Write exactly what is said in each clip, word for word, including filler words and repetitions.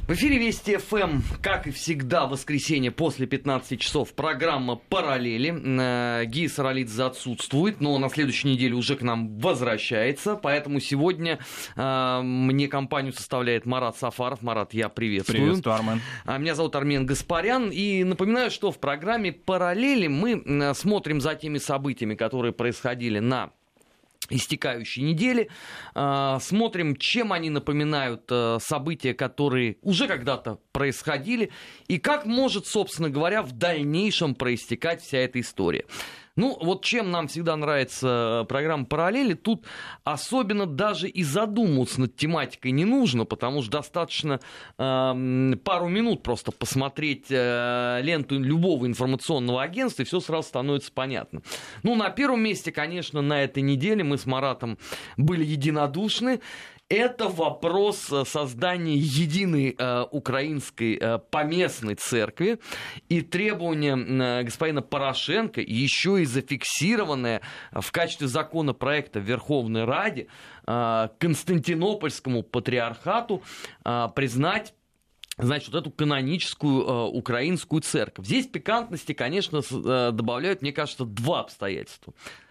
В эфире Вести эф эм, как и всегда, в воскресенье после пятнадцати часов программа «Параллели». Гия Саралидзе отсутствует, но на следующей неделе уже к нам возвращается. Поэтому сегодня э, мне компанию составляет Марат Сафаров. Марат, я приветствую. Приветствую, Армен. Меня зовут Армен Гаспарян. И напоминаю, что в программе «Параллели» мы смотрим за теми событиями, которые происходили на истекающей недели, смотрим, чем они напоминают события, которые уже когда-то происходили, и как может, собственно говоря, в дальнейшем проистекать вся эта история. Ну, вот чем нам всегда нравится программа «Параллели», тут особенно даже и задумываться над тематикой не нужно, потому что достаточно э, пару минут просто посмотреть э, ленту любого информационного агентства, и все сразу становится понятно. Ну, на первом месте, конечно, на этой неделе мы с Маратом были единодушны. Это вопрос создания единой э, украинской э, поместной церкви и требование э, господина Порошенко, еще и зафиксированное в качестве законопроекта в Верховной Раде э, Константинопольскому патриархату э, признать, значит, вот эту каноническую э, украинскую церковь. Здесь пикантности, конечно, э, добавляют, мне кажется, два обстоятельства.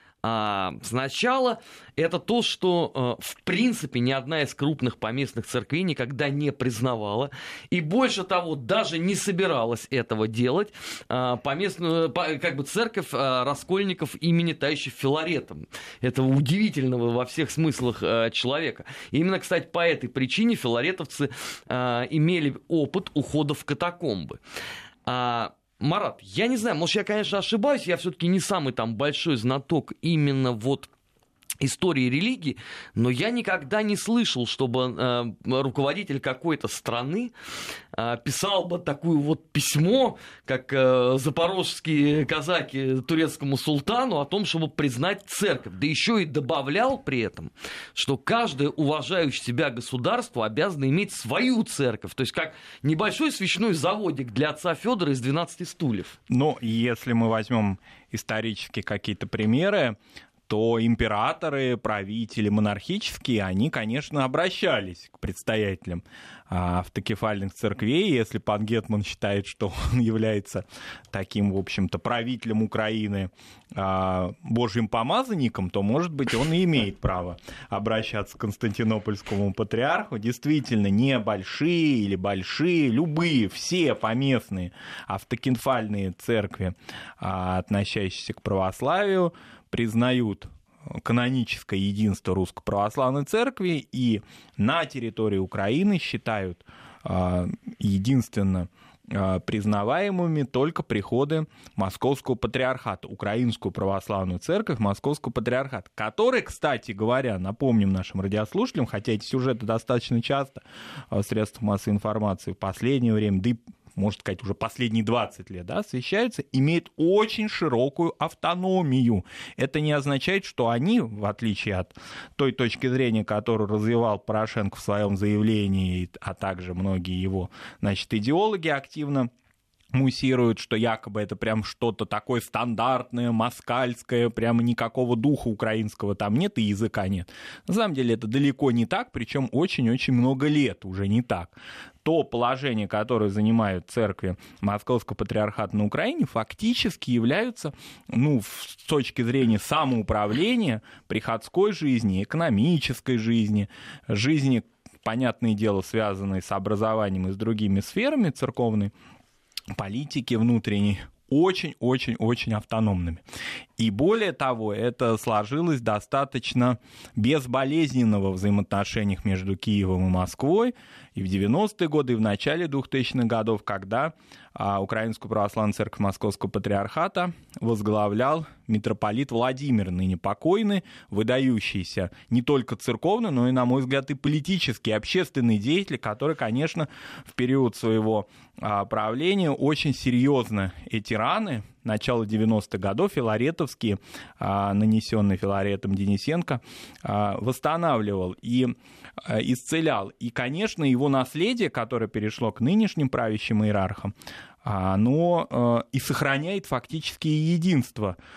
Сначала это то, что, в принципе, ни одна из крупных поместных церквей никогда не признавала, и больше того, даже не собиралась этого делать, поместную, как бы церковь раскольников имени товарища Филарета, этого удивительного во всех смыслах человека. И именно, кстати, по этой причине филаретовцы имели опыт ухода в катакомбы. Марат, я не знаю, может, я, конечно, ошибаюсь, я все-таки не самый там большой знаток именно вот истории религии, но я никогда не слышал, чтобы э, руководитель какой-то страны э, писал бы такое вот письмо, как э, запорожские казаки турецкому султану, о том, чтобы признать церковь. Да еще и добавлял при этом, что каждое уважающее себя государство обязано иметь свою церковь. То есть как небольшой свечной заводик для отца Федора из двенадцати стульев. Ну, если мы возьмем исторические какие-то примеры, то императоры, правители монархические, они, конечно, обращались к предстоятелям автокефальных церквей. Если пан Гетман считает, что он является таким, в общем-то, правителем Украины, божьим помазанником, то, может быть, он и имеет право обращаться к Константинопольскому патриарху. Действительно, небольшие или большие, любые, все поместные автокефальные церкви, относящиеся к православию, признают каноническое единство Русской Православной Церкви и на территории Украины считают э, единственно э, признаваемыми только приходы Московского Патриархата, Украинскую Православную Церковь Московского Патриархата, который, кстати говоря, напомним нашим радиослушателям, хотя эти сюжеты достаточно часто в средствах массовой информации в последнее время, да и можно сказать, уже последние двадцать лет, да, освещаются, имеют очень широкую автономию. Это не означает, что они, в отличие от той точки зрения, которую развивал Порошенко в своем заявлении, а также многие его, значит, идеологи активно муссируют, что якобы это прям что-то такое стандартное, москальское, прямо никакого духа украинского там нет и языка нет. На самом деле это далеко не так, причем очень-очень много лет уже не так. То положение, которое занимают церкви Московского Патриархата на Украине, фактически являются, ну, с точки зрения самоуправления, приходской жизни, экономической жизни, жизни, понятное дело, связанной с образованием и с другими сферами церковной политики внутренней, очень-очень-очень автономными. И более того, это сложилось достаточно безболезненного взаимоотношениях между Киевом и Москвой и в девяностые годы, и в начале двухтысячных годов, когда а, Украинскую Православную Церковь Московского Патриархата возглавлял митрополит Владимир, ныне покойный, выдающийся не только церковный, но и, на мой взгляд, и политический, общественный деятель, который, конечно, в период своего а, правления очень серьезно эти раны начала девяностых годов, филаретовские, а, нанесенные Филаретом Денисенко, а, восстанавливал и а, исцелял. И, конечно, его наследие, которое перешло к нынешним правящим иерархам, оно а, и сохраняет фактически единство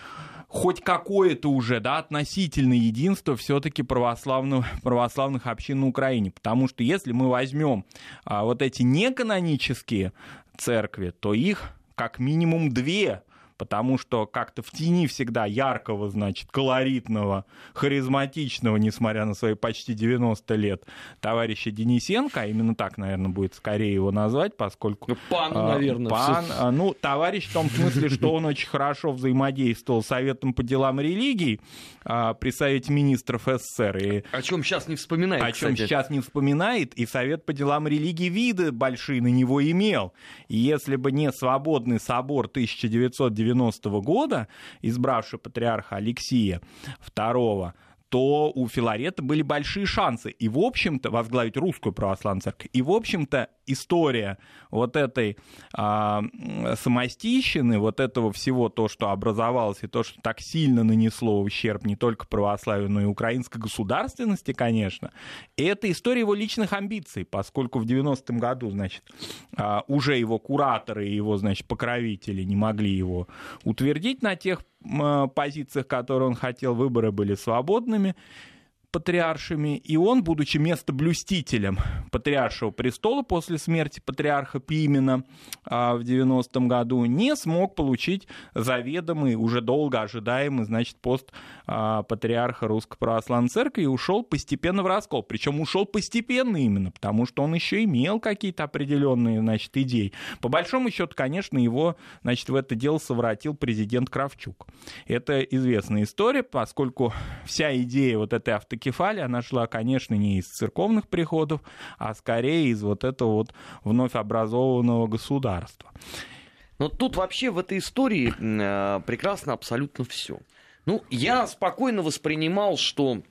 хоть какое-то уже, да, относительное единство все-таки православных, православных общин на Украине. Потому что если мы возьмем а, вот эти неканонические церкви, то их как минимум две. Потому что как-то в тени всегда яркого, значит, колоритного, харизматичного, несмотря на свои почти девяносто лет, товарища Денисенко, а именно так, наверное, будет скорее его назвать, поскольку... Пан, а, наверное. Пан, а, ну, товарищ в том смысле, что он очень хорошо взаимодействовал с Советом по делам религий а, при Совете министров СССР. И... О чем сейчас не вспоминает, О чем кстати. сейчас не вспоминает, и Совет по делам религий виды большие на него имел. И если бы не Свободный собор тысяча девятьсот девяностого года, избравший патриарха Алексия второго, то у Филарета были большие шансы и, в общем-то, возглавить русскую православную церковь. И, в общем-то, история вот этой а, самостийщины, вот этого всего, то, что образовалось, и то, что так сильно нанесло ущерб не только православию, но и украинской государственности, конечно, это история его личных амбиций, поскольку в девяностом году, значит, а, уже его кураторы и его, значит, покровители не могли его утвердить на тех позициях, которые он хотел, выборы были свободными, патриаршими, и он, будучи местоблюстителем патриаршего престола после смерти патриарха Пимена а, в девяностом году, не смог получить заведомый, уже долго ожидаемый, значит, пост а, патриарха Русской Православной Церкви и ушел постепенно в раскол. Причем ушел постепенно именно, потому что он еще имел какие-то определенные, значит, идеи. По большому счету, конечно, его, значит, в это дело совратил президент Кравчук. Это известная история, поскольку вся идея вот этой автокефалии, она шла, конечно, не из церковных приходов, а скорее из вот этого вот вновь образованного государства. Но тут вообще в этой истории э, прекрасно абсолютно все. Ну, я спокойно воспринимал, что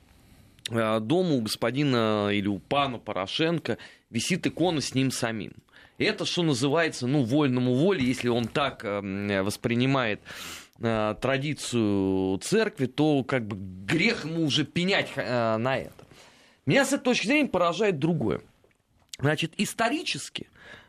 э, дома у господина или у пана Порошенко висит икона с ним самим. Это, что называется, ну, вольному воле, если он так э, воспринимает э, традицию церкви, то как бы грех ему уже пенять э, на это. Меня с этой точки зрения поражает другое. Значит, исторически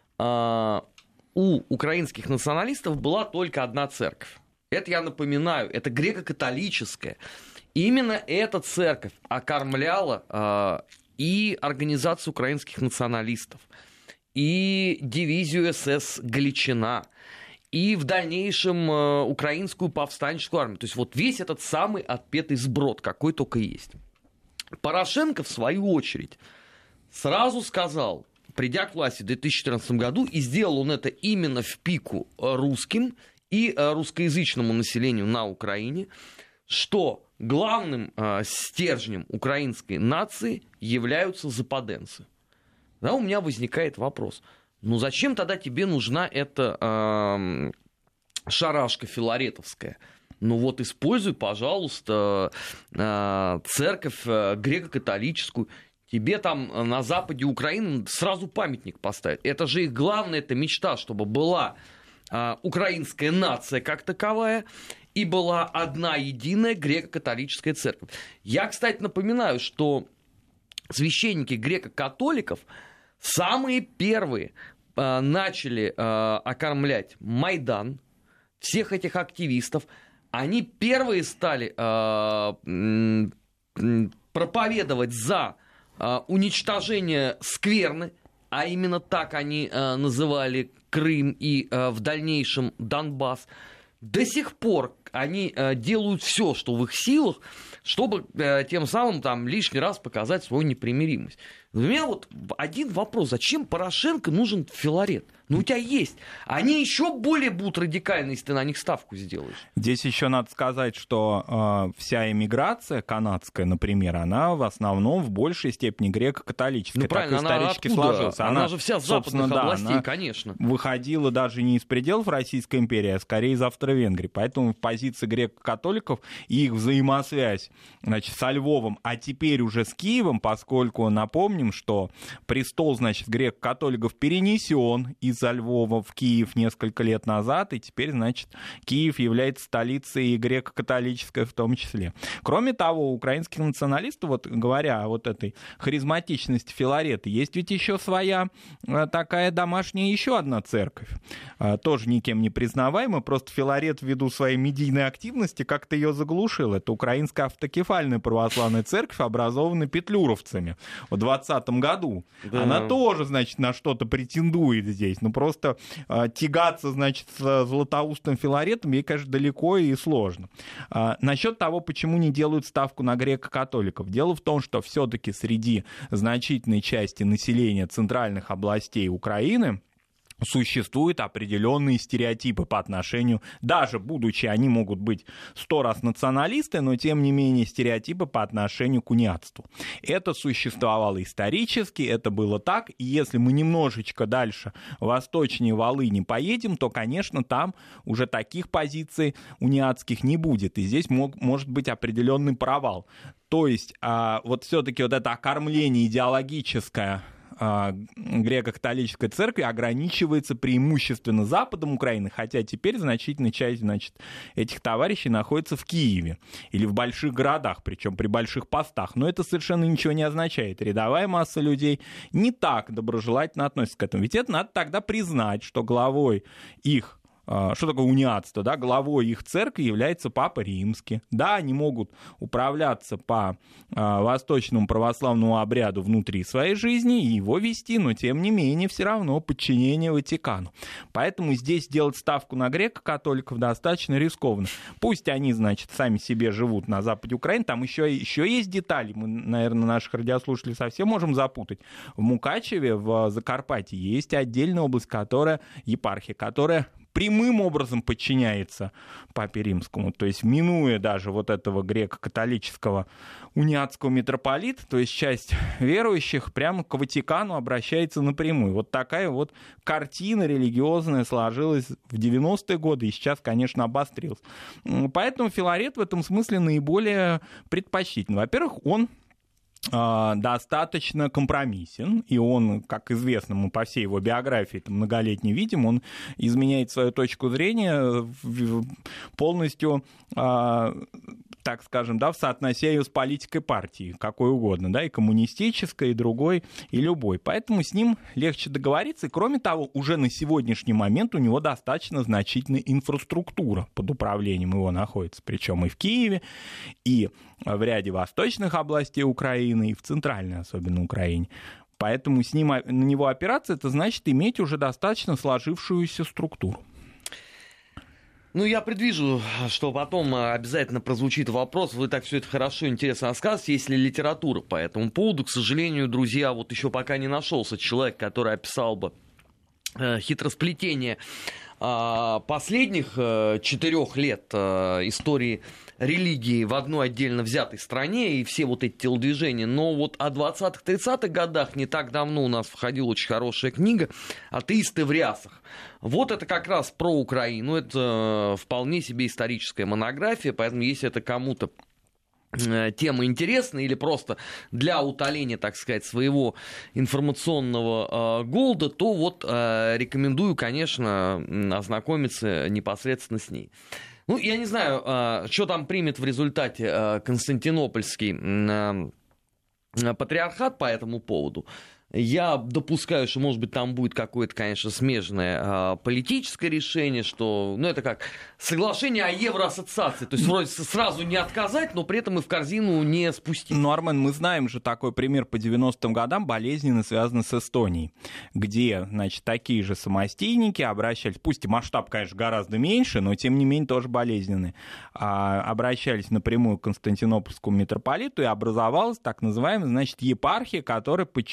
э, у украинских националистов была только одна церковь. Это, я напоминаю, это греко-католическая. Именно эта церковь окормляла э, и организацию украинских националистов, и дивизию СС «Галичина», и в дальнейшем э, украинскую повстанческую армию. То есть вот весь этот самый отпетый сброд, какой только есть. Порошенко, в свою очередь, сразу сказал, придя к власти в две тысячи четырнадцатом году, и сделал он это именно в пику русским и э, русскоязычному населению на Украине, что главным э, стержнем украинской нации являются западенцы. Да, у меня возникает вопрос. Ну зачем тогда тебе нужна эта э, шарашка филаретовская? Ну вот используй, пожалуйста, э, церковь э, греко-католическую. Тебе там на западе Украины сразу памятник поставят. Это же их главная эта мечта, чтобы была э, украинская нация как таковая и была одна единая греко-католическая церковь. Я, кстати, напоминаю, что священники греко-католиков самые первые э, начали э, окормлять Майдан, всех этих активистов. Они первые стали э, э, проповедовать за э, уничтожение скверны, а именно так они э, называли Крым и э, в дальнейшем Донбасс. До сих пор они э, делают все, что в их силах, чтобы э, тем самым там лишний раз показать свою непримиримость. У меня вот один вопрос. Зачем Порошенко нужен Филарет? Ну, у тебя есть. Они еще более будут радикальны, если ты на них ставку сделаешь. Здесь еще надо сказать, что э, вся эмиграция канадская, например, она в основном в большей степени греко-католическая. Ну, правильно, так исторически она сложилась. Она, она же вся с западных да, областей, конечно. Выходила даже не из пределов Российской империи, а скорее из Австро-Венгрии. Поэтому в позиции греко-католиков и их взаимосвязь, значит, со Львовом, а теперь уже с Киевом, поскольку, напомню, напомним, что престол, значит, греко-католиков перенесен из-за Львова в Киев несколько лет назад, и теперь, значит, Киев является столицей и греко-католической в том числе. Кроме того, украинские националисты, вот говоря о вот этой харизматичности Филарета, есть ведь еще своя такая домашняя еще одна церковь, тоже никем не признаваемая, просто Филарет ввиду своей медийной активности как-то ее заглушил. Это Украинская автокефальная православная церковь, образованная петлюровцами в двадцатом году. Да. Она тоже, значит, на что-то претендует здесь. Ну, просто э, тягаться, значит, с златоустым Филаретом ей, конечно, далеко и сложно. А, насчет того, почему не делают ставку на греко-католиков. Дело в том, что все-таки среди значительной части населения центральных областей Украины существуют определенные стереотипы по отношению, даже будучи они могут быть сто раз националисты, но тем не менее стереотипы по отношению к униатству. Это существовало исторически, это было так, и если мы немножечко дальше восточнее Волыни поедем, то, конечно, там уже таких позиций униатских не будет, и здесь мог, может быть определенный провал. То есть а, вот все-таки вот это окормление идеологическое греко-католической церкви ограничивается преимущественно западом Украины, хотя теперь значительная часть, значит, этих товарищей находится в Киеве или в больших городах, причем при больших постах. Но это совершенно ничего не означает. Рядовая масса людей не так доброжелательно относится к этому. Ведь это надо тогда признать, что главой их, что такое униатство, да, главой их церкви является Папа Римский. Да, они могут управляться по а, восточному православному обряду внутри своей жизни и его вести, но тем не менее все равно подчинение Ватикану. Поэтому здесь делать ставку на греко-католиков достаточно рискованно. Пусть они, значит, сами себе живут на западе Украины, там еще, еще есть детали, мы, наверное, наших радиослушателей совсем можем запутать. В Мукачеве, в Закарпатье есть отдельная область, которая епархия, которая прямым образом подчиняется Папе Римскому, то есть минуя даже вот этого греко-католического униатского митрополита, то есть часть верующих прямо к Ватикану обращается напрямую. Вот такая вот картина религиозная сложилась в девяностые годы и сейчас, конечно, обострилась. Поэтому Филарет в этом смысле наиболее предпочтителен. Во-первых, он достаточно компромиссен, и он, как известно, мы по всей его биографии многолетней видим, он изменяет свою точку зрения полностью, так скажем, да, соотнося ее с политикой партии, какой угодно, да, и коммунистической, и другой, и любой. Поэтому с ним легче договориться, и кроме того, уже на сегодняшний момент у него достаточно значительная инфраструктура под управлением его находится, причем и в Киеве, и в ряде восточных областей Украины, и в центральной особенно Украине. Поэтому с ним, на него опираться, это значит иметь уже достаточно сложившуюся структуру. Ну, я предвижу, что потом обязательно прозвучит вопрос. Вы так все это хорошо, интересно рассказываете. Есть ли литература по этому поводу? К сожалению, друзья, вот еще пока не нашелся человек, который описал бы э, хитросплетение э, последних э, четырех лет э, истории религии в одной отдельно взятой стране и все вот эти телодвижения. Но вот о двадцатых-тридцатых годах не так давно у нас входила очень хорошая книга «Атеисты в рясах». Вот это как раз про Украину. Это вполне себе историческая монография, поэтому если это кому-то тема интересна или просто для утоления, так сказать, своего информационного э, голода, то вот э, рекомендую, конечно, ознакомиться непосредственно с ней. Ну, я не знаю, э, что там примет в результате э, Константинопольский э, патриархат по этому поводу. Я допускаю, что, может быть, там будет какое-то, конечно, смежное а, политическое решение, что, ну, это как соглашение о евроассоциации. То есть, вроде сразу не отказать, но при этом и в корзину не спустить. Ну, Армен, мы знаем же такой пример по девяностым годам, болезненно связанный с Эстонией, где, значит, такие же самостейники обращались, пусть и масштаб, конечно, гораздо меньше, но, тем не менее, тоже болезненные, а, обращались напрямую к Константинопольскому митрополиту, и образовалась так называемая, значит, епархия, которая подчиняется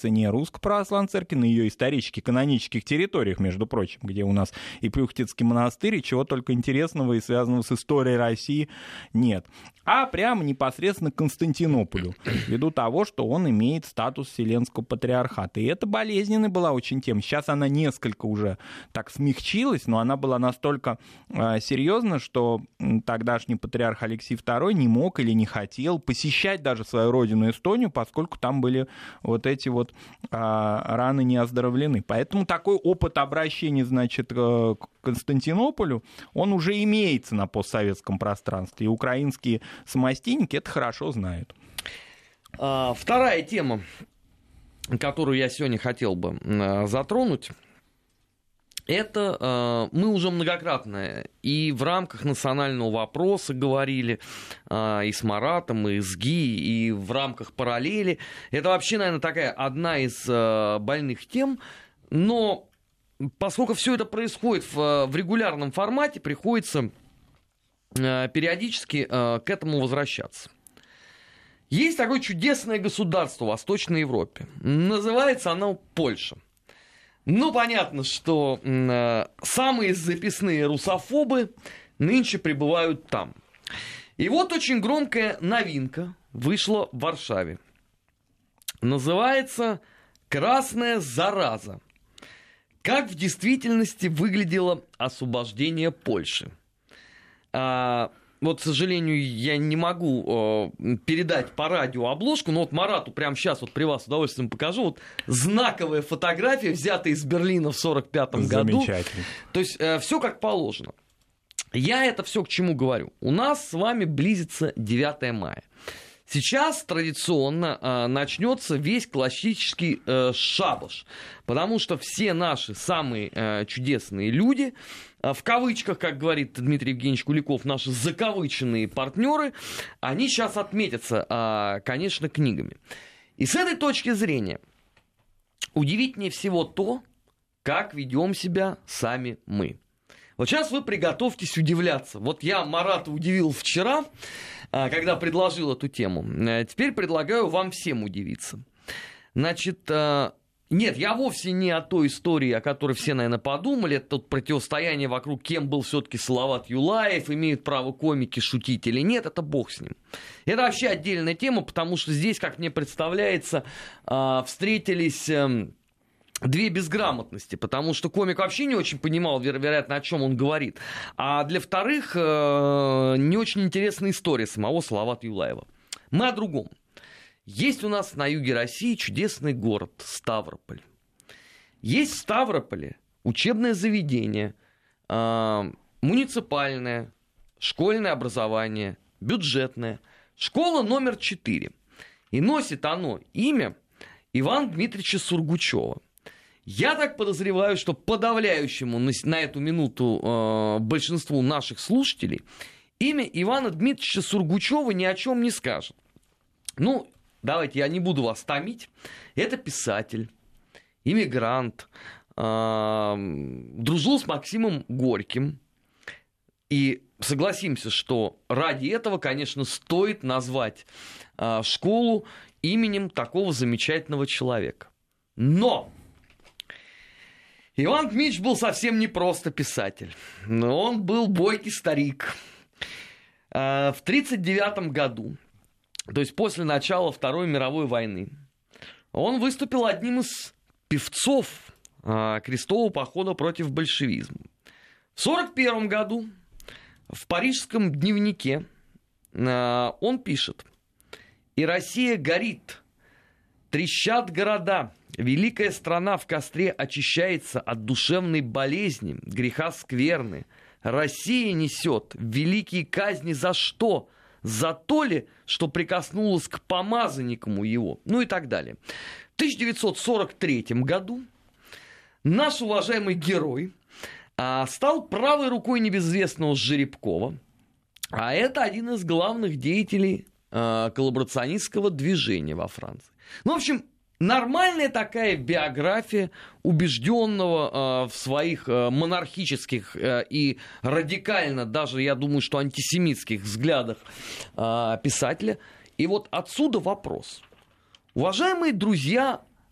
разумеется, не Русской Православной Церкви, на ее исторически-канонических территориях, между прочим, где у нас и Плюхтицкий монастырь, и чего только интересного и связанного с историей России нет, а прямо непосредственно к Константинополю, ввиду того, что он имеет статус Вселенского патриархата. И это болезненная была очень тема. Сейчас она несколько уже так смягчилась, но она была настолько э, серьезна, что тогдашний патриарх Алексей второй не мог или не хотел посещать даже свою родину Эстонию, поскольку там были вот эти вот э, раны не оздоровлены. Поэтому такой опыт обращения, значит, э, к Константинополю, он уже имеется на постсоветском пространстве. И украинские самостейники это хорошо знают. А, вторая тема, которую я сегодня хотел бы э, затронуть, это э, мы уже многократно и в рамках национального вопроса говорили, э, и с Маратом, и с Ги, и в рамках параллели. Это вообще, наверное, такая одна из э, больных тем, но поскольку все это происходит в, в регулярном формате, приходится э, периодически э, к этому возвращаться. Есть такое чудесное государство в Восточной Европе. Называется оно Польша. Ну, понятно, что э, самые записные русофобы нынче пребывают там. И вот очень громкая новинка вышла в Варшаве. Называется «Красная зараза». Как в действительности выглядело освобождение Польши? А, вот, к сожалению, я не могу э, передать по радио обложку, но вот Марату прямо сейчас вот при вас с удовольствием покажу. Вот знаковая фотография, взятая из Берлина в сорок пятом году. Замечательно. То есть э, все как положено. Я это все к чему говорю? У нас с вами близится девятое мая. Сейчас традиционно э, начнется весь классический э, шабаш, потому что все наши самые э, чудесные люди, э, в кавычках, как говорит Дмитрий Евгеньевич Куликов, наши закавыченные партнеры, они сейчас отметятся, э, конечно, книгами. И с этой точки зрения удивительнее всего то, как ведем себя сами мы. Вот сейчас вы приготовьтесь удивляться. Вот я Марата удивил вчера, когда предложил эту тему. Теперь предлагаю вам всем удивиться. Значит, нет, я вовсе не о той истории, о которой все, наверное, подумали. Это тут противостояние вокруг, кем был все-таки Салават Юлаев, имеют право комики шутить или нет, это бог с ним. Это вообще отдельная тема, потому что здесь, как мне представляется, встретились две безграмотности, потому что комик вообще не очень понимал, веро- вероятно, о чем он говорит. А для вторых, э- не очень интересная история самого Салавата Юлаева. Мы о другом. Есть у нас на юге России чудесный город Ставрополь. Есть в Ставрополе учебное заведение, э- муниципальное, школьное образование, бюджетное. Школа номер четыре. И носит оно имя Ивана Дмитриевича Сургучева. Я так подозреваю, что подавляющему на, на эту минуту э, большинству наших слушателей имя Ивана Дмитриевича Сургучева ни о чем не скажет. Ну, давайте я не буду вас томить. Это писатель, иммигрант, э, дружил с Максимом Горьким. И согласимся, что ради этого, конечно, стоит назвать э, школу именем такого замечательного человека. Но Иван Дмитриевич был совсем не просто писатель, но он был бойкий старик. В тридцать девятом году, то есть после начала Второй мировой войны, он выступил одним из певцов крестового похода против большевизма. В сорок первом году в парижском дневнике он пишет: «И Россия горит, трещат города, великая страна в костре очищается от душевной болезни, греха скверны. Россия несет великие казни за что? За то ли, что прикоснулась к помазаннику его?» Ну и так далее. В тысяча девятьсот сорок третьем году наш уважаемый герой а, стал правой рукой небезызвестного Жеребкова, а это один из главных деятелей а, коллаборационистского движения во Франции. Ну, в общем, нормальная такая биография убежденного э, в своих э, монархических э, и радикально, даже, я думаю, что антисемитских взглядах э, писателя. И вот отсюда вопрос. Уважаемые друзья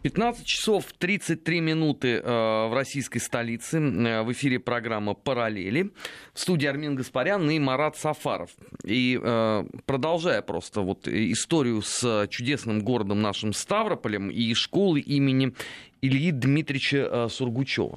пятнадцать часов тридцать три минуты э, в российской столице. Э, в эфире программа «Параллели». В студии Армин Гаспарян и Марат Сафаров. И э, продолжая просто вот историю с чудесным городом нашим Ставрополем и школой имени Ильи Дмитриевича э, Сургучева.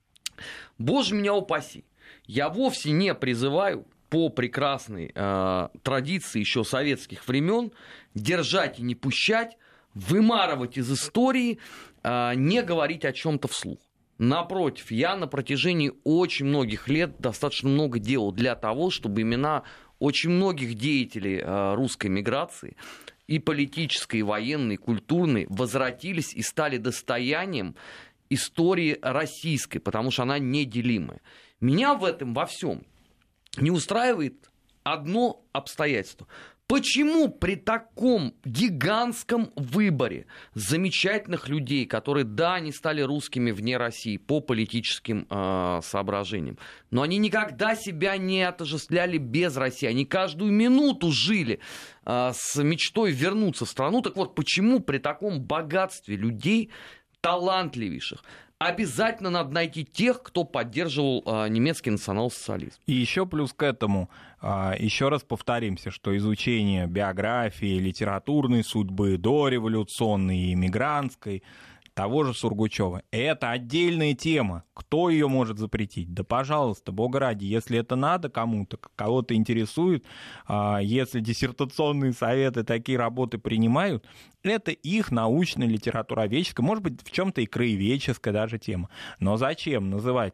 Боже меня упаси, я вовсе не призываю по прекрасной э, традиции еще советских времен держать и не пущать, вымарывать из истории, э, не говорить о чем-то вслух. Напротив, я на протяжении очень многих лет достаточно много делал для того, чтобы имена очень многих деятелей э, русской миграции, и политической, и военной, и культурной, возвратились и стали достоянием истории российской, потому что она неделимая. Меня в этом во всем не устраивает одно обстоятельство. Почему при таком гигантском выборе замечательных людей, которые, да, они стали русскими вне России по политическим э, соображениям, но они никогда себя не отождествляли без России, они каждую минуту жили э, с мечтой вернуться в страну, так вот, почему при таком богатстве людей, талантливейших, обязательно надо найти тех, кто поддерживал а, немецкий национал-социализм. И еще плюс к этому, а, еще раз повторимся, что изучение биографии, литературной судьбы, дореволюционной и эмигрантской, того же Сургучева, это отдельная тема. Кто ее может запретить? Да, пожалуйста, бога ради, если это надо кому-то, кого-то интересует, если диссертационные советы такие работы принимают, это их научно-литературоведческая, может быть, в чем-то и краеведческая даже тема. Но зачем называть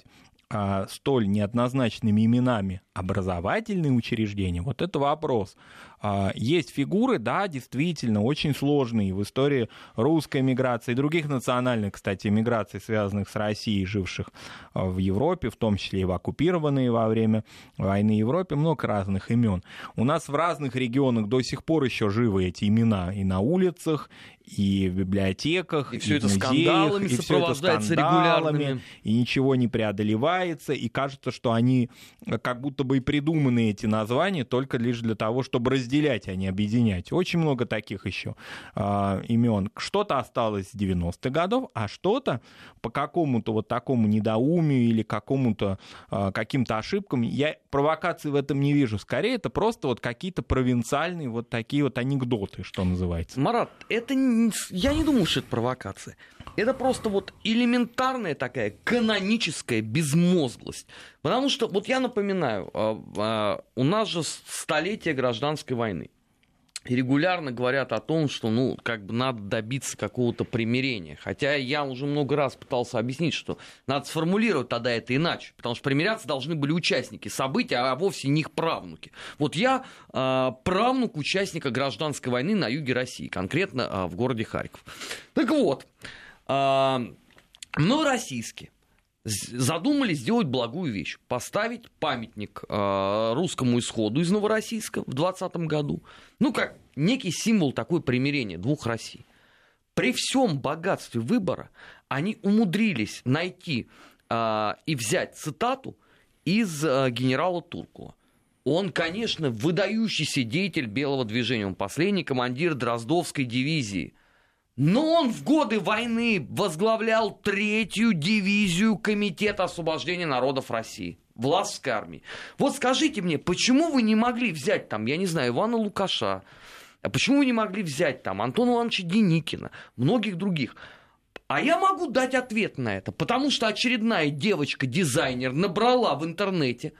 столь неоднозначными именами образовательные учреждения, вот это вопрос. Есть фигуры, да, действительно, очень сложные в истории русской миграции и других национальных, кстати, миграций, связанных с Россией, живших в Европе, в том числе и в оккупированной во время войны Европе, много разных имен. У нас в разных регионах до сих пор еще живы эти имена и на улицах, и в библиотеках, и, и все в это музеях, скандалами и сопровождается регулярными. И ничего не преодолевается, и кажется, что они как будто бы и придуманы, эти названия, только лишь для того, чтобы разделять, а не объединять. Очень много таких еще а, имен. Что-то осталось с девяностых годов, а что-то по какому-то вот такому недоумию или какому-то, а, каким-то ошибкам, я провокации в этом не вижу. Скорее, это просто вот какие-то провинциальные вот такие вот анекдоты, что называется. Марат, это не, я не думаю, что это провокация. Это просто вот элементарная такая каноническая безмозглость. Потому что, вот я напоминаю, у нас же столетие гражданской войны. И регулярно говорят о том, что, ну, как бы надо добиться какого-то примирения. Хотя я уже много раз пытался объяснить, что надо сформулировать тогда это иначе. Потому что примиряться должны были участники событий, а вовсе не их правнуки. Вот я э, правнук участника гражданской войны на юге России, конкретно э, в городе Харьков. Так вот, э, мы российские задумали сделать благую вещь. Поставить памятник э, русскому исходу из Новороссийска в двадцатом году. Ну, как некий символ такой примирения двух Россий. При всем богатстве выбора они умудрились найти э, и взять цитату из э, генерала Туркула. Он, конечно, выдающийся деятель белого движения. Он последний командир Дроздовской дивизии. Но он в годы войны возглавлял третью дивизию Комитета освобождения народов России, Власовской армии. Вот скажите мне, почему вы не могли взять там, я не знаю, Ивана Лукаша, а почему вы не могли взять там Антона Ивановича Деникина, многих других? А я могу дать ответ на это, потому что очередная девочка-дизайнер набрала в интернете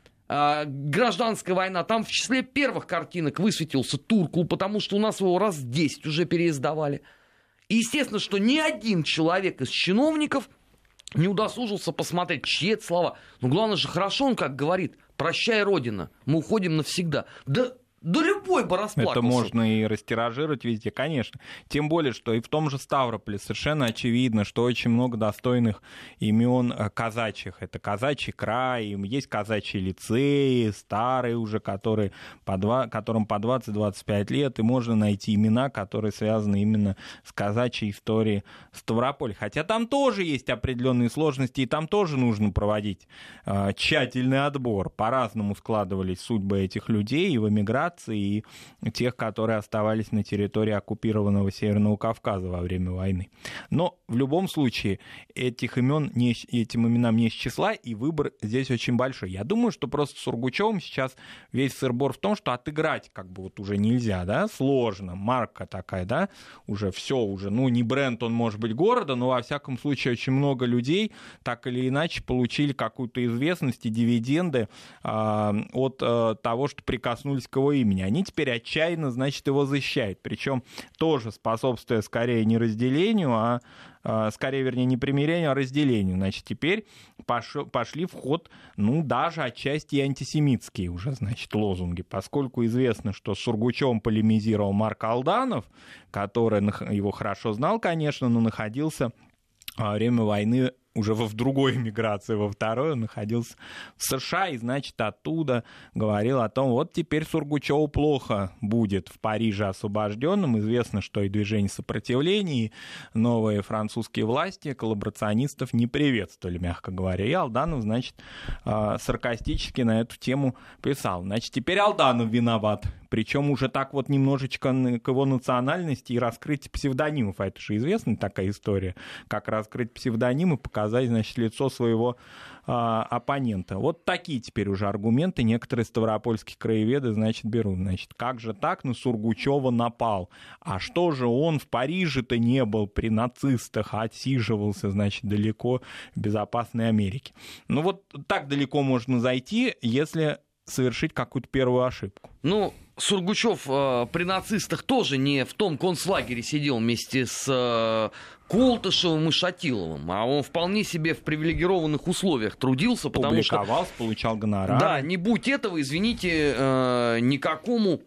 э, «Гражданская война», там в числе первых картинок высветился Туркул, потому что у нас его раз десять уже переиздавали. И естественно, что ни один человек из чиновников не удосужился посмотреть, чьи это слова. Но главное же, хорошо он как говорит: «Прощай, Родина, мы уходим навсегда». Да, да любой бы расплакался. Это можно и растиражировать везде, конечно. Тем более, что и в том же Ставрополе совершенно очевидно, что очень много достойных имен казачьих. Это казачий край, есть казачьи лицеи, старые уже, которые по два, которым по двадцать-двадцать пять лет, и можно найти имена, которые связаны именно с казачьей историей Ставрополя. Хотя там тоже есть определенные сложности, и там тоже нужно проводить э, тщательный отбор. По-разному складывались судьбы этих людей и в эмиграции, оккупации и тех, которые оставались на территории оккупированного Северного Кавказа во время войны. Но в любом случае этих имен не, этим именам не из числа, и выбор здесь очень большой. Я думаю, что просто с Сургучевым сейчас весь сыр-бор в том, что отыграть как бы вот уже нельзя, да, сложно, марка такая, да, уже все, уже, ну, не бренд он может быть города, но во всяком случае очень много людей так или иначе получили какую-то известность и дивиденды э, от э, того, что прикоснулись к его имени. Они теперь отчаянно, значит, его защищают, причем тоже способствуя скорее не разделению, а скорее, вернее, не примирению, а разделению. Значит, теперь пошел, пошли в ход, ну, даже отчасти и антисемитские уже, значит, лозунги, поскольку известно, что с Сургучевым полемизировал Марк Алданов, который его хорошо знал, конечно, но находился во время войны уже в другой эмиграции, во второй, он находился в США, и, значит, оттуда говорил о том, вот теперь Сургучеву плохо будет в Париже освобожденным. Известно, что и движение сопротивления, и новые французские власти коллаборационистов не приветствовали, мягко говоря. И Алданов, значит, саркастически на эту тему писал. Значит, теперь Алданов виноват. Причем уже так вот немножечко к его национальности и раскрыть псевдонимов. А это же известная такая история, как раскрыть псевдоним и показать, значит, лицо своего а, оппонента. Вот такие теперь уже аргументы некоторые ставропольские краеведы, значит, берут. Значит, как же так на Сургучева напал? А что же он в Париже-то не был при нацистах, а отсиживался, значит, далеко в безопасной Америке? Ну вот так далеко можно зайти, если совершить какую-то первую ошибку. Ну, Сургучев э, при нацистах тоже не в том концлагере сидел вместе с э, Колтышевым и Шатиловым, а он вполне себе в привилегированных условиях трудился, потому что... Публиковался, получал гонорар. Да, не будь этого, извините, э, никакому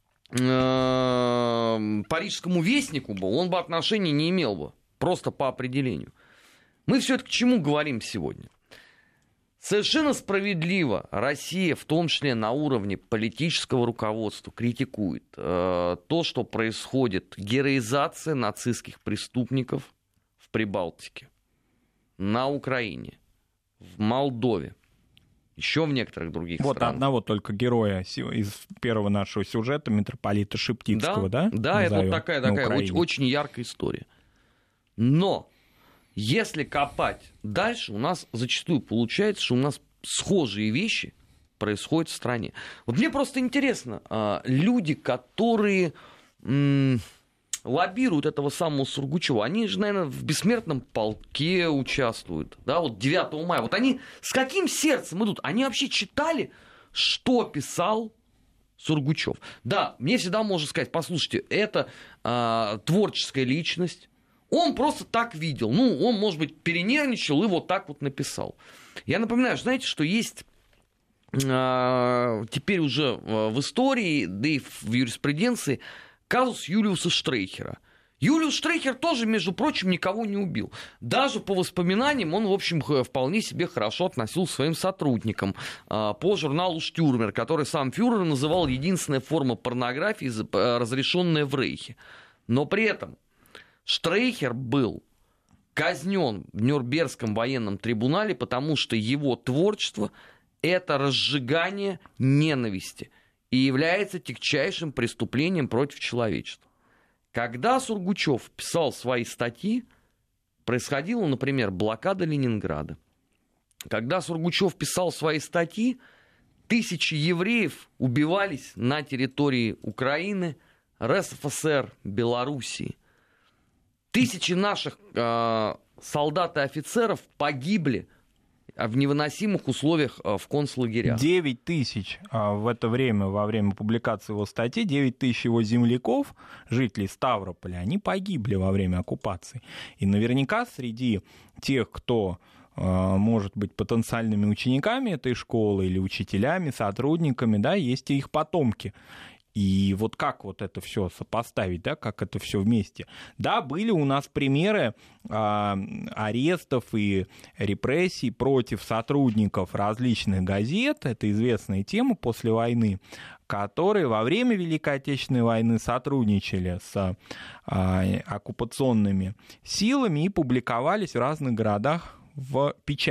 э, парижскому вестнику бы он бы отношения не имел бы, просто по определению. Мы все это к чему говорим сегодня? Совершенно справедливо Россия, в том числе на уровне политического руководства, критикует э, то, что происходит героизация нацистских преступников в Прибалтике, на Украине, в Молдове, еще в некоторых других вот странах. Вот одного только героя из первого нашего сюжета, митрополита Шептицкого, да? Да, да, это вот такая, такая очень, очень яркая история. Но... Если копать дальше, у нас зачастую получается, что у нас схожие вещи происходят в стране. Вот мне просто интересно, люди, которые м- лоббируют этого самого Сургучева, они же, наверное, в бессмертном полке участвуют, да, вот девятого мая. Вот они с каким сердцем идут? Они вообще читали, что писал Сургучев? Да, мне всегда можно сказать, послушайте, это а, творческая личность. Он просто так видел. Ну, он, может быть, перенервничал и вот так вот написал. Я напоминаю, знаете, что есть э, теперь уже в истории, да и в юриспруденции казус Юлиуса Штрейхера. Юлиус Штрейхер тоже, между прочим, никого не убил. Даже по воспоминаниям он, в общем, вполне себе хорошо относился к своим сотрудникам э, по журналу «Штюрмер», который сам фюрер называл единственной формой порнографии, разрешенная в Рейхе. Но при этом Штрейхер был казнен в Нюрнбергском военном трибунале, потому что его творчество – это разжигание ненависти и является тягчайшим преступлением против человечества. Когда Сургучев писал свои статьи, происходила, например, блокада Ленинграда. Когда Сургучев писал свои статьи, тысячи евреев убивались на территории Украины, РСФСР, Белоруссии. Тысячи наших э, солдат и офицеров погибли в невыносимых условиях э, в концлагерях. девять тысяч э, в это время, во время публикации его статьи, девять тысяч его земляков, жителей Ставрополя, они погибли во время оккупации. И наверняка среди тех, кто э, может быть потенциальными учениками этой школы или учителями, сотрудниками, да, есть и их потомки. И вот как вот это все сопоставить, да, как это все вместе? Да, были у нас примеры а, арестов и репрессий против сотрудников различных газет, это известная тема после войны, которые во время Великой Отечественной войны сотрудничали с а, оккупационными силами и публиковались в разных городах в печати.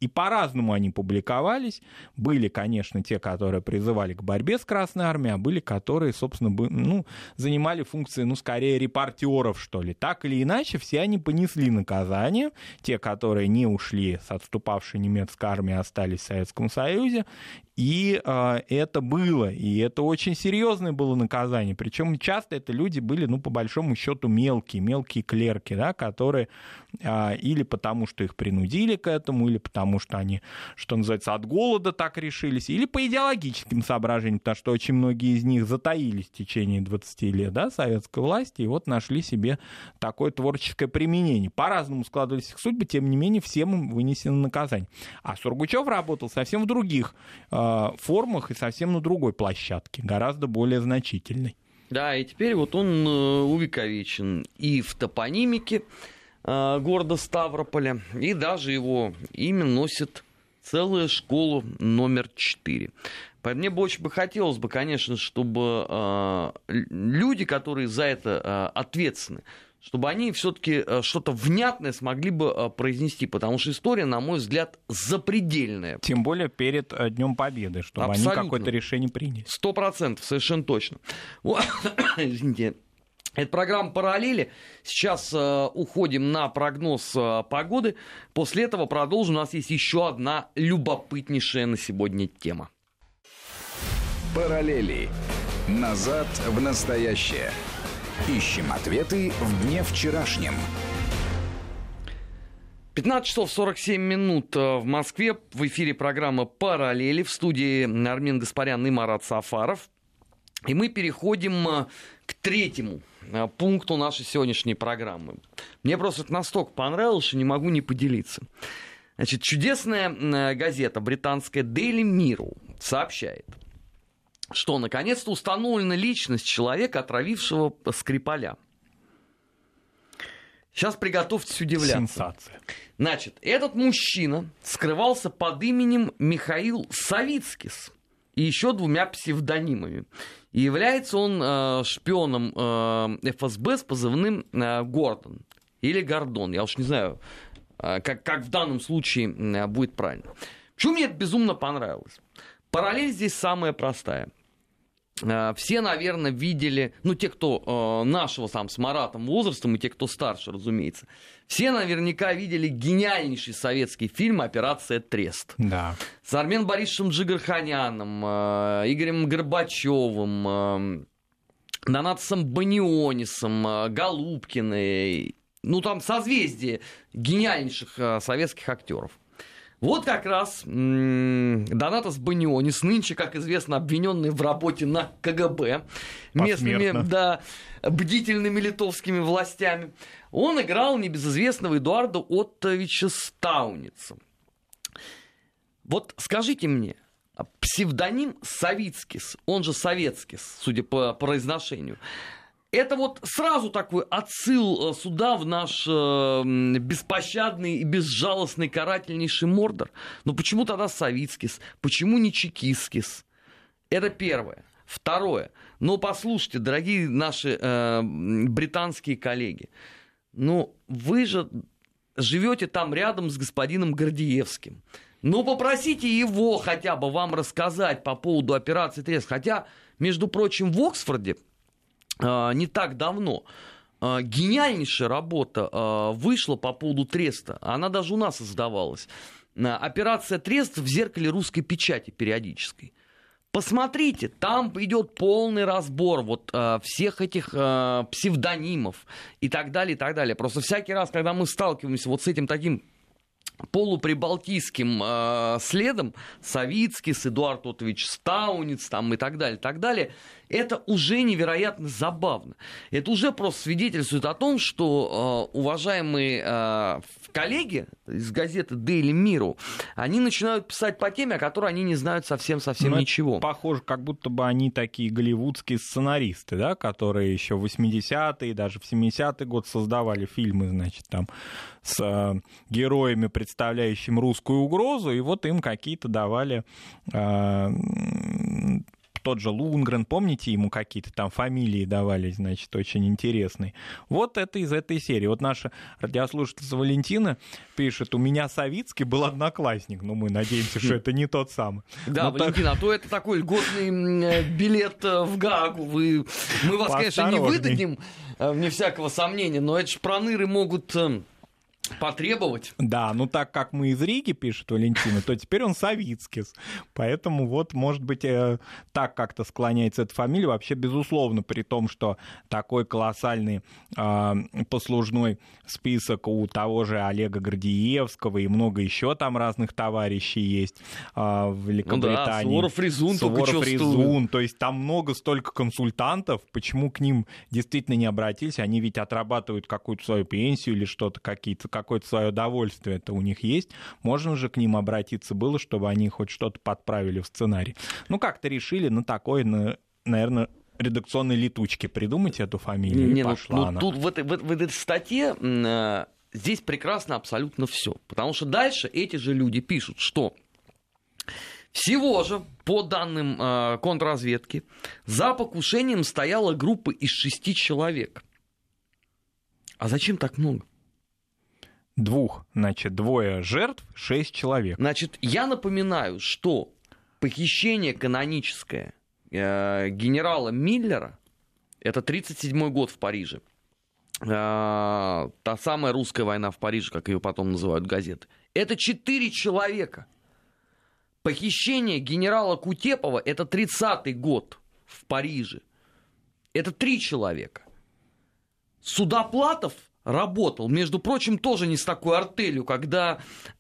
И по-разному они публиковались. Были, конечно, те, которые призывали к борьбе с Красной Армией, а были, которые, собственно, ну, занимали функции, ну, скорее, репортеров, что ли. Так или иначе, все они понесли наказание. Те, которые не ушли с отступавшей немецкой армии, остались в Советском Союзе. И э, это было, и это очень серьезное было наказание. Причем часто это люди были, ну, по большому счету, мелкие, мелкие клерки, да, которые э, или потому, что их принудили к этому, или потому, что они, что называется, от голода так решились, или по идеологическим соображениям, потому что очень многие из них затаились в течение двадцати лет, да, советской власти, и вот нашли себе такое творческое применение. По-разному складывались их судьбы, тем не менее, всем им вынесено наказание. А Сургучев работал совсем в других э, формах и совсем на другой площадке, гораздо более значительной. Да, и теперь вот он увековечен и в топонимике э, города Ставрополя, и даже его имя носит целая школа номер четыре. Мне бы очень бы хотелось бы, конечно, чтобы э, люди, которые за это э, ответственны, чтобы они все-таки что-то внятное смогли бы произнести, потому что история, на мой взгляд, запредельная. Тем более перед Днем Победы, чтобы Абсолютно. Они какое-то решение приняли. Сто процентов, совершенно точно. Вот. Извините. Это программа «Параллели». Сейчас э, уходим на прогноз э, погоды. После этого продолжим. У нас есть еще одна любопытнейшая на сегодня тема. «Параллели. Назад в настоящее». Ищем ответы в дне вчерашнем. пятнадцать часов сорок семь минут в Москве. В эфире программа «Параллели». В студии Армен Гаспарян и Марат Сафаров. И мы переходим к третьему пункту нашей сегодняшней программы. Мне просто это настолько понравилось, что не могу не поделиться. Значит, чудесная газета британская Daily Mirror сообщает, что наконец-то установлена личность человека, отравившего Скрипаля. Сейчас приготовьтесь удивляться. Сенсация. Значит, этот мужчина скрывался под именем Михаил Савицкис и еще двумя псевдонимами. И является он э, шпионом э, эф эс бэ с позывным э, Гордон или Гордон. Я уж не знаю, э, как, как в данном случае э, будет правильно. Почему мне это безумно понравилось? Параллель здесь самая простая. Все, наверное, видели, ну, те, кто э, нашего там с Маратом возрастом, и те, кто старше, разумеется, все наверняка видели гениальнейший советский фильм «Операция Трест». Да. С Арменом Борисовичем Джигарханяном, э, Игорем Горбачевым, э, Донатасом Банионисом, э, Голубкиной, ну, там созвездие гениальнейших э, советских актеров. Вот как раз м- Донатас Банионис, нынче, как известно, обвиненный в работе на ка гэ бэ местными, да, бдительными литовскими властями, он играл небезызвестного Эдуарда Оттовича Стауница. Вот скажите мне, псевдоним Савицкис, он же Советскис, судя по произношению, это вот сразу такой отсыл сюда в наш э, беспощадный и безжалостный карательнейший Мордор. Но почему тогда Савицкис? Почему не Чекискис? Это первое. Второе. Ну, послушайте, дорогие наши э, британские коллеги, ну, вы же живете там рядом с господином Гордеевским. Ну, попросите его хотя бы вам рассказать по поводу операции Трест. Хотя, между прочим, в Оксфорде не так давно гениальнейшая работа вышла по поводу Треста. Она даже у нас издавалась. Операция Трест в зеркале русской печати периодической. Посмотрите, там идет полный разбор вот всех этих псевдонимов и так далее, и так далее. Просто всякий раз, когда мы сталкиваемся вот с этим таким полуприбалтийским э, следом, Савицкис, Эдуард Оттович Стауниц там, и так далее, так далее, это уже невероятно забавно. Это уже просто свидетельствует о том, что э, уважаемые э, коллеги из газеты Daily Mirror, они начинают писать по теме, о которой они не знают совсем-совсем ничего. Похоже, как будто бы они такие голливудские сценаристы, да, которые еще в восьмидесятые, даже в семидесятый год создавали фильмы, значит, там, с э, героями, представляющими русскую угрозу, и вот им какие-то давали э, тот же Лунгрен, помните, ему какие-то там фамилии давались, значит, очень интересные. Вот это из этой серии. Вот наша радиослушательница Валентина пишет: у меня Савицкий был одноклассник. Ну, мы надеемся, что это не тот самый. Да, Валентина, а то это такой льготный билет в Гаагу. Вы... Мы вас, конечно, не выдадим, вне всякого сомнения, но это же проныры могут потребовать. Да, ну так как мы из Риги, пишет Валентина, то теперь он Савицкис. Поэтому вот, может быть, э, так как-то склоняется эта фамилия. Вообще, безусловно, при том, что такой колоссальный э, послужной список у того же Олега Гордеевского и много еще там разных товарищей есть э, в Великобритании. Ну да, Суворов-Резун только Суворов-Резун, то есть там много столько консультантов. Почему к ним действительно не обратились? Они ведь отрабатывают какую-то свою пенсию или что-то, какие-то какое-то свое удовольствие это у них есть, можно же к ним обратиться было, чтобы они хоть что-то подправили в сценарий. Ну, как-то решили на такой, на, наверное, редакционной летучке придумать эту фамилию, не, и пошла ну, она. Тут в этой, в, в этой статье э, здесь прекрасно абсолютно все, потому что дальше эти же люди пишут, что всего же, по данным э, контрразведки, за покушением стояла группа из шести человек. А зачем так много? Двух, значит, двое жертв, шесть человек. Значит, я напоминаю, что похищение каноническое э, генерала Миллера, это тридцать седьмой год в Париже, э, та самая русская война в Париже, как ее потом называют газеты, это четыре человека. Похищение генерала Кутепова, это тридцатый год в Париже, это три человека. Судоплатов работал, между прочим, тоже не с такой артелью, когда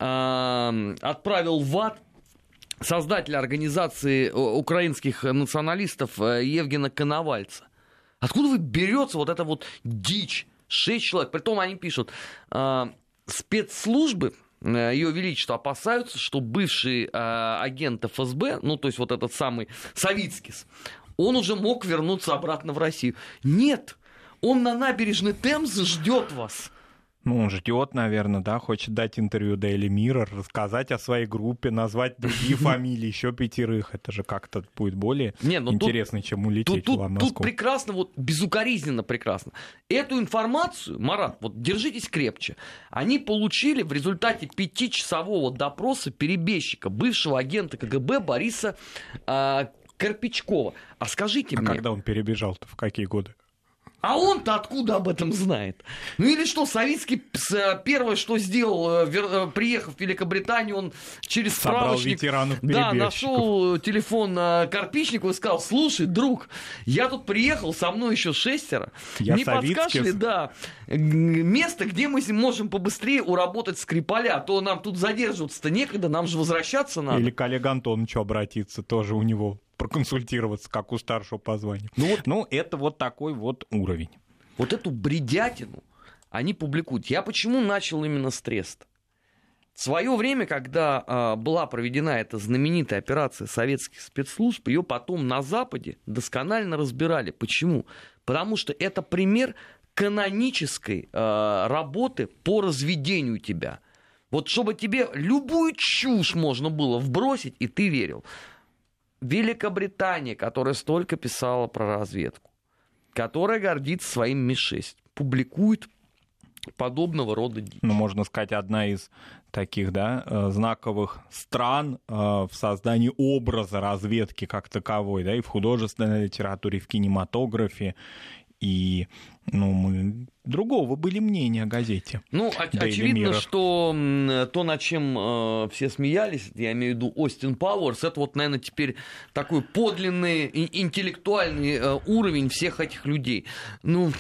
э, отправил в ад создателя организации украинских националистов Евгена Коновальца. Откуда вы берется вот эта вот дичь? Шесть человек. Притом они пишут, э, спецслужбы Ее Величество опасаются, что бывший э, агент эф эс бэ, ну то есть вот этот самый Савицкис, он уже мог вернуться обратно в Россию. Нет! Он на набережной Темзы ждет вас. Ну, он ждет, наверное, да, хочет дать интервью Daily Mirror, рассказать о своей группе, назвать другие фамилии, еще пятерых. Это же как-то будет более Не, ну интересно, тут, чем улететь тут, в Москву. Тут прекрасно, вот безукоризненно прекрасно. Эту информацию, Марат, вот держитесь крепче, они получили в результате пятичасового допроса перебежчика, бывшего агента ка гэ бэ Бориса э, Карпичкова. А скажите а мне... А когда он перебежал-то, в какие годы? А он-то откуда об этом знает? Ну или что, Савицкий первое, что сделал, приехав в Великобританию, он через Собрал справочник да, нашел телефон Карпичнику и сказал: слушай, друг, я тут приехал, со мной еще шестеро. Я не Савицкий. подскажешь ли, да, место, где мы можем побыстрее уработать Скрипаля, а то нам тут задерживаться-то некогда, нам же возвращаться надо. Или к Олегу Антоновичу обратиться, тоже у него проконсультироваться, как у старшего по званию. Ну, вот, ну, это вот такой вот уровень. Вот эту бредятину они публикуют. Я почему начал именно с Треста? В свое время, когда э, была проведена эта знаменитая операция советских спецслужб, ее потом на Западе досконально разбирали. Почему? Потому что это пример канонической э, работы по разведению тебя. Вот чтобы тебе любую чушь можно было вбросить, и ты верил. Великобритания, которая столько писала про разведку, которая гордится своим Ми шесть, публикует подобного рода дичь. Ну, можно сказать, одна из таких, да, знаковых стран в создании образа разведки как таковой, да, и в художественной литературе, и в кинематографе. И, ну, мы другого были мнения о газете. Ну, о- очевидно, Mirror. Что то, над чем э, все смеялись, я имею в виду Остин Пауэрс, это вот, наверное, теперь такой подлинный интеллектуальный э, уровень всех этих людей. Ну,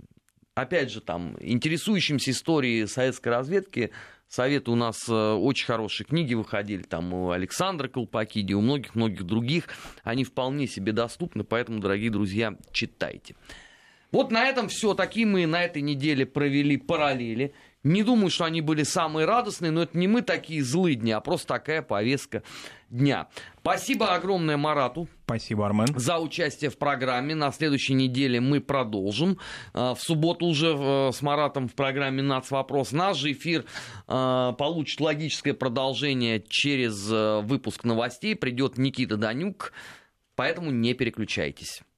опять же, там, интересующимся историей советской разведки, советы у нас э, очень хорошие книги выходили, там у Александра Колпакиди, у многих-многих других, они вполне себе доступны, поэтому, дорогие друзья, читайте. Вот на этом все. Такие мы на этой неделе провели параллели. Не думаю, что они были самые радостные, но это не мы такие злыдни, а просто такая повестка дня. Спасибо огромное Марату. Спасибо, Армен. За участие в программе. На следующей неделе мы продолжим. В субботу уже с Маратом в программе «Нацвопрос». Наш же эфир получит логическое продолжение через выпуск новостей. Придет Никита Данюк. Поэтому не переключайтесь.